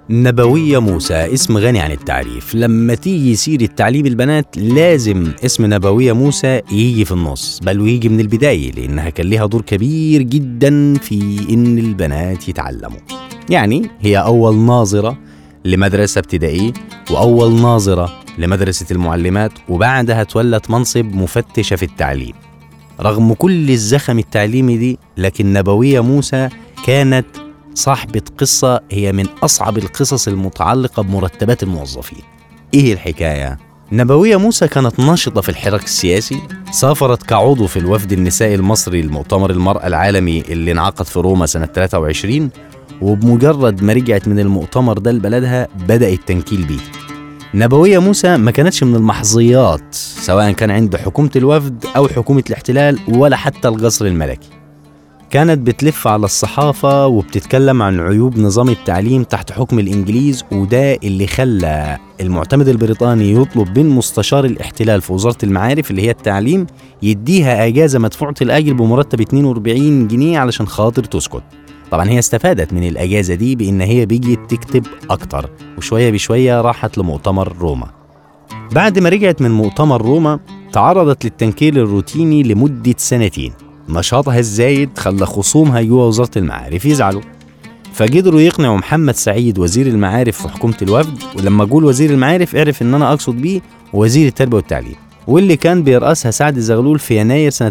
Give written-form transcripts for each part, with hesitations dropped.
نبوية موسى اسم غني عن التعريف. لما تيجي سيرة تعليم البنات لازم اسم نبوية موسى يجي في النص، بل ويجي من البداية، لأنها كان لها دور كبير جدا في إن البنات يتعلموا. يعني هي أول ناظرة لمدرسة ابتدائية، وأول ناظرة لمدرسة المعلمات، وبعدها تولت منصب مفتشة في التعليم. رغم كل الزخم التعليمي دي، لكن نبوية موسى كانت صاحبة قصة هي من أصعب القصص المتعلقة بمرتبات الموظفين. إيه الحكاية؟ نبوية موسى كانت ناشطة في الحراك السياسي، سافرت كعضو في الوفد النسائي المصري لمؤتمر المرأة العالمي اللي انعقد في روما سنة 23، وبمجرد ما رجعت من المؤتمر ده لبلدها بدأ التنكيل بيه. نبوية موسى ما كانتش من المحظيات، سواء كان عند حكومة الوفد أو حكومة الاحتلال ولا حتى القصر الملكي. كانت بتلف على الصحافة وبتتكلم عن عيوب نظام التعليم تحت حكم الإنجليز، وده اللي خلى المعتمد البريطاني يطلب من مستشار الاحتلال في وزارة المعارف اللي هي التعليم يديها أجازة مدفوعة الأجر بمرتب 42 جنيه علشان خاطر تسكت. طبعا هي استفادت من الأجازة دي بإن هي بيجي تكتب أكتر، وشوية بشوية راحت لمؤتمر روما. بعد ما رجعت من مؤتمر روما تعرضت للتنكيل الروتيني لمدة 2 سنين. نشاطها الزايد خلى خصومها جوه وزارة المعارف يزعلوا، فقدروا يقنعوا محمد سعيد وزير المعارف في حكومة الوفد. ولما أقول وزير المعارف اعرف إن أنا أقصد بيه وزير التربية والتعليم، واللي كان بيرأسها سعد زغلول في يناير سنة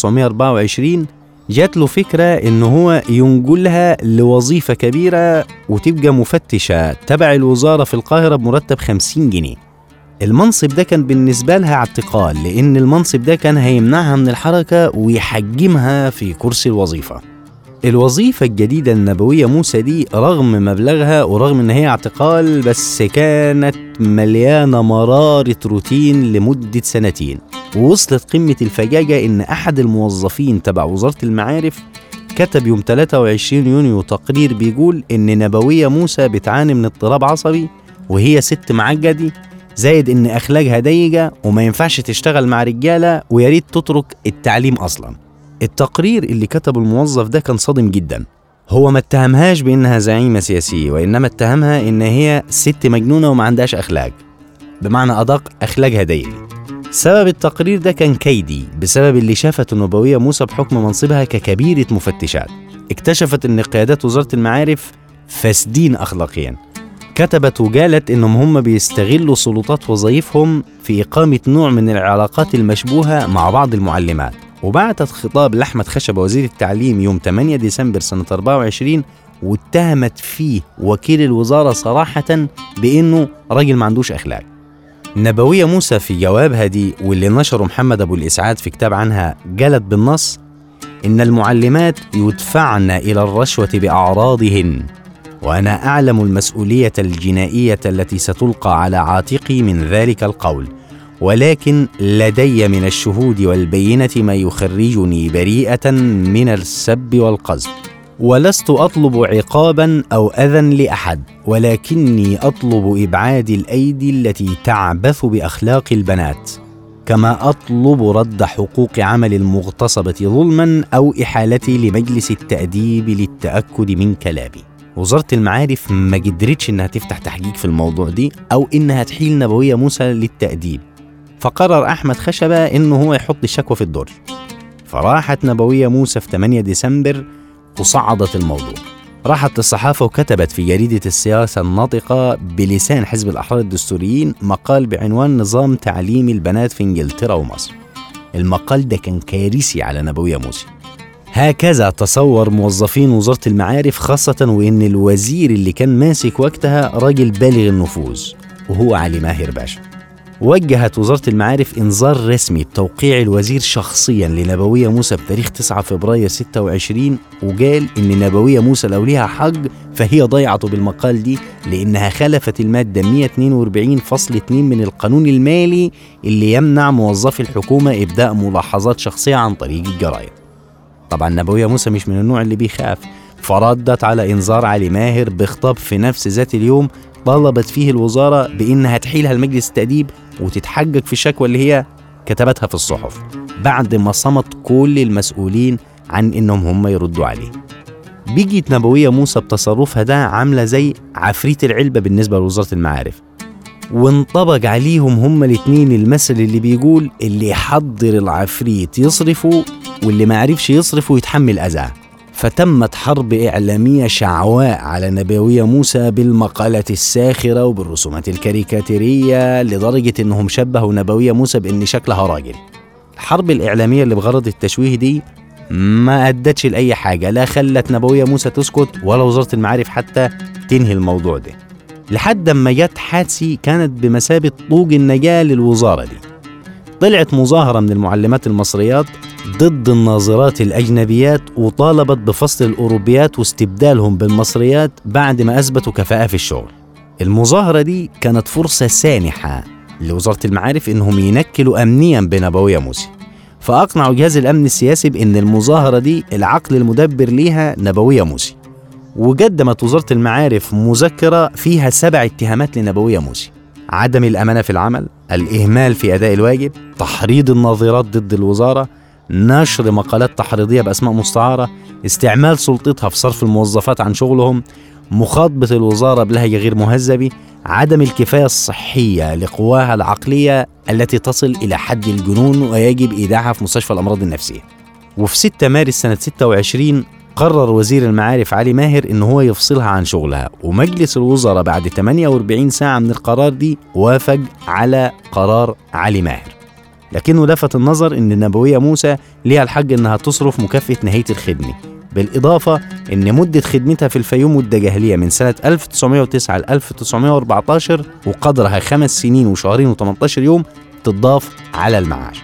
1924. جات له فكرة إن هو ينقلها لوظيفة كبيرة وتبقى مفتشة تبع الوزارة في القاهرة بمرتب 50 جنيه. المنصب ده كان بالنسبة لها اعتقال، لأن المنصب ده كان هيمنعها من الحركة ويحجمها في كرسي الوظيفة. الوظيفة الجديدة النبوية موسى دي رغم مبلغها ورغم إن هي اعتقال، بس كانت مليانة مرارة روتين لمدة 2 سنين. ووصلت قمة الفجاجة إن أحد الموظفين تبع وزارة المعارف كتب يوم 23 يونيو تقرير بيقول إن نبوية موسى بتعاني من اضطراب عصبي، وهي ست معجدة، زائد إن أخلاقها ضيقة وما ينفعش تشتغل مع رجالة، وياريت تترك التعليم أصلا. التقرير اللي كتبه الموظف ده كان صادم جدا. هو ما اتهمهاش بإنها زعيمة سياسية، وإنما اتهمها إن هي ست مجنونة وما عندهاش أخلاق، بمعنى أدق أخلاقها ضيقة. سبب التقرير ده كان كيدي، بسبب اللي شافته نبوية موسى بحكم منصبها ككبيرة مفتشات. اكتشفت إن قيادات وزارة المعارف فاسدين أخلاقيا. كتبت وقالت إنهم هم بيستغلوا سلطات وظائفهم في إقامة نوع من العلاقات المشبوهة مع بعض المعلمات. وبعتت خطاب لأحمد خشبة وزير التعليم يوم 8 ديسمبر سنة 24، واتهمت فيه وكيل الوزارة صراحة بإنه راجل ما عندوش أخلاق. نبوية موسى في جوابها دي، واللي نشره محمد أبو الإسعاد في كتاب عنها، قالت بالنص إن المعلمات يدفعن إلى الرشوة بأعراضهن، وأنا أعلم المسؤولية الجنائية التي ستلقى على عاتقي من ذلك القول، ولكن لدي من الشهود والبينة ما يخرجني بريئة من السب والقذف، ولست أطلب عقابا أو أذى لأحد، ولكني أطلب إبعاد الأيدي التي تعبث بأخلاق البنات، كما أطلب رد حقوق عمل المغتصبة ظلما أو إحالتي لمجلس التأديب للتأكد من كلامي. وزارة المعارف ما قدرتش إنها تفتح تحقيق في الموضوع دي أو إنها تحيل نبوية موسى للتأديب، فقرر أحمد خشبة إنه هو يحط الشكوى في الدرج. فراحت نبوية موسى في 8 ديسمبر وصعدت الموضوع، راحت للصحافة وكتبت في جريدة السياسة الناطقة بلسان حزب الأحرار الدستوريين مقال بعنوان نظام تعليم البنات في إنجلترا ومصر. المقال ده كان كارثي على نبوية موسى. هكذا تصور موظفين وزارة المعارف، خاصة وإن الوزير اللي كان ماسك وقتها راجل بالغ النفوذ وهو علي ماهر باشا. وجهت وزارة المعارف إنذار رسمي بتوقيع الوزير شخصيا لنبوية موسى بتاريخ 9 فبراير 26، وقال إن نبوية موسى لو ليها حق فهي ضيعته بالمقال دي، لأنها خالفت المادة 142.2 من القانون المالي اللي يمنع موظفي الحكومة إبداء ملاحظات شخصية عن طريق الجرائد. طبعا نبوية موسى مش من النوع اللي بيخاف، فردت على إنذار علي ماهر بخطاب في نفس ذات اليوم طلبت فيه الوزارة بإنها تحيلها لمجلس التأديب وتتحقق في الشكوى اللي هي كتبتها في الصحف، بعد ما صمت كل المسؤولين عن إنهم هم يردوا عليه. بقيت نبوية موسى بتصرفها ده عاملة زي عفريت العلبة بالنسبة لوزارة المعارف، وانطبق عليهم هما الاتنين المثل اللي بيقول اللي يحضر العفريت يصرفه واللي ما عرفش يصرفه يتحمل أذاه. فتمت حرب إعلامية شعواء على نبوية موسى بالمقالات الساخرة وبالرسومات الكاريكاتيرية، لدرجة إنهم شبهوا نبوية موسى بإن شكلها راجل. الحرب الإعلامية اللي بغرض التشويه دي ما أدتش لأي حاجة، لا خلت نبوية موسى تسكت ولا وزارة المعارف حتى تنهي الموضوع ده، لحد ما جت حادثة كانت بمثابة طوق النجاة للوزارة دي. طلعت مظاهرة من المعلمات المصريات ضد الناظرات الأجنبيات، وطالبت بفصل الأوروبيات واستبدالهم بالمصريات بعد ما أثبتوا كفاءة في الشغل. المظاهرة دي كانت فرصة سانحة لوزارة المعارف إنهم ينكلوا أمنيا بنبوية موسى، فأقنعوا جهاز الأمن السياسي بأن المظاهرة دي العقل المدبر ليها نبوية موسى. وقدمت وزارة المعارف مذكرة فيها 7 اتهامات لنبوية موسى: عدم الأمانة في العمل، الإهمال في أداء الواجب، تحريض الناظرات ضد الوزارة، نشر مقالات تحريضية بأسماء مستعارة، استعمال سلطتها في صرف الموظفات عن شغلهم، مخاطبة الوزارة بلهجة غير مهذبة، عدم الكفاية الصحية لقواها العقلية التي تصل إلى حد الجنون ويجب إيداعها في مستشفى الأمراض النفسية. وفي 6 مارس سنة 26 قرر وزير المعارف علي ماهر إنه هو يفصلها عن شغلها، ومجلس الوزراء بعد 48 ساعة من القرار دي وافق على قرار علي ماهر. لكنه لفت النظر إن نبوية موسى ليها الحق إنها تصرف مكافأة نهاية الخدمة، بالإضافة إن مدة خدمتها في الفيوم مدة جاهلية من سنة 1909 ل 1914 وقدرها 5 سنين وشهرين و18 يوم تضاف على المعاش.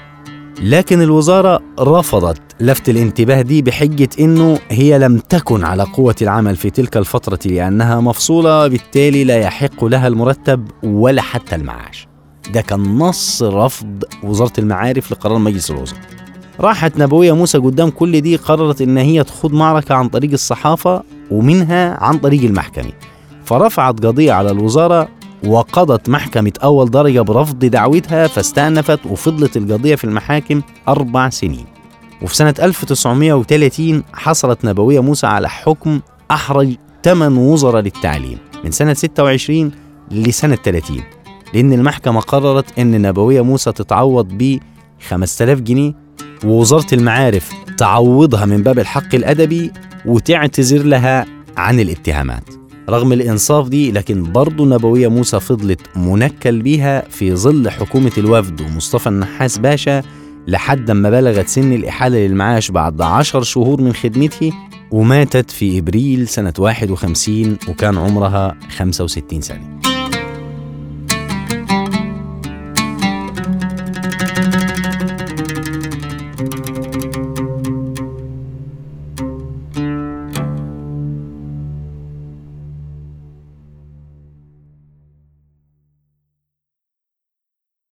لكن الوزارة رفضت لفت الانتباه دي بحجة إنه هي لم تكن على قوة العمل في تلك الفترة لأنها مفصولة، بالتالي لا يحق لها المرتب ولا حتى المعاش. ده كان نص رفض وزارة المعارف لقرار مجلس الوزراء. راحت نبوية موسى قدام كل دي قررت إن هي تخوض معركة عن طريق الصحافة ومنها عن طريق المحكمة، فرفعت قضية على الوزارة وقضت محكمة أول درجة برفض دعوتها، فاستأنفت وفضلت القضية في المحاكم 4 سنين. وفي سنة 1930 حصلت نبوية موسى على حكم أحرج 8 وزراء للتعليم من سنة 26 لسنة 30، لأن المحكمة قررت أن نبوية موسى تتعوض ب 5000 جنيه، ووزارة المعارف تعوضها من باب الحق الأدبي وتعتذر لها عن الاتهامات. رغم الإنصاف دي، لكن برضو نبوية موسى فضلت منكل بيها في ظل حكومة الوفد ومصطفى النحاس باشا لحد ما بلغت سن الإحالة للمعاش بعد 10 شهور من خدمته، وماتت في إبريل سنة 51 وكان عمرها 65 سنة.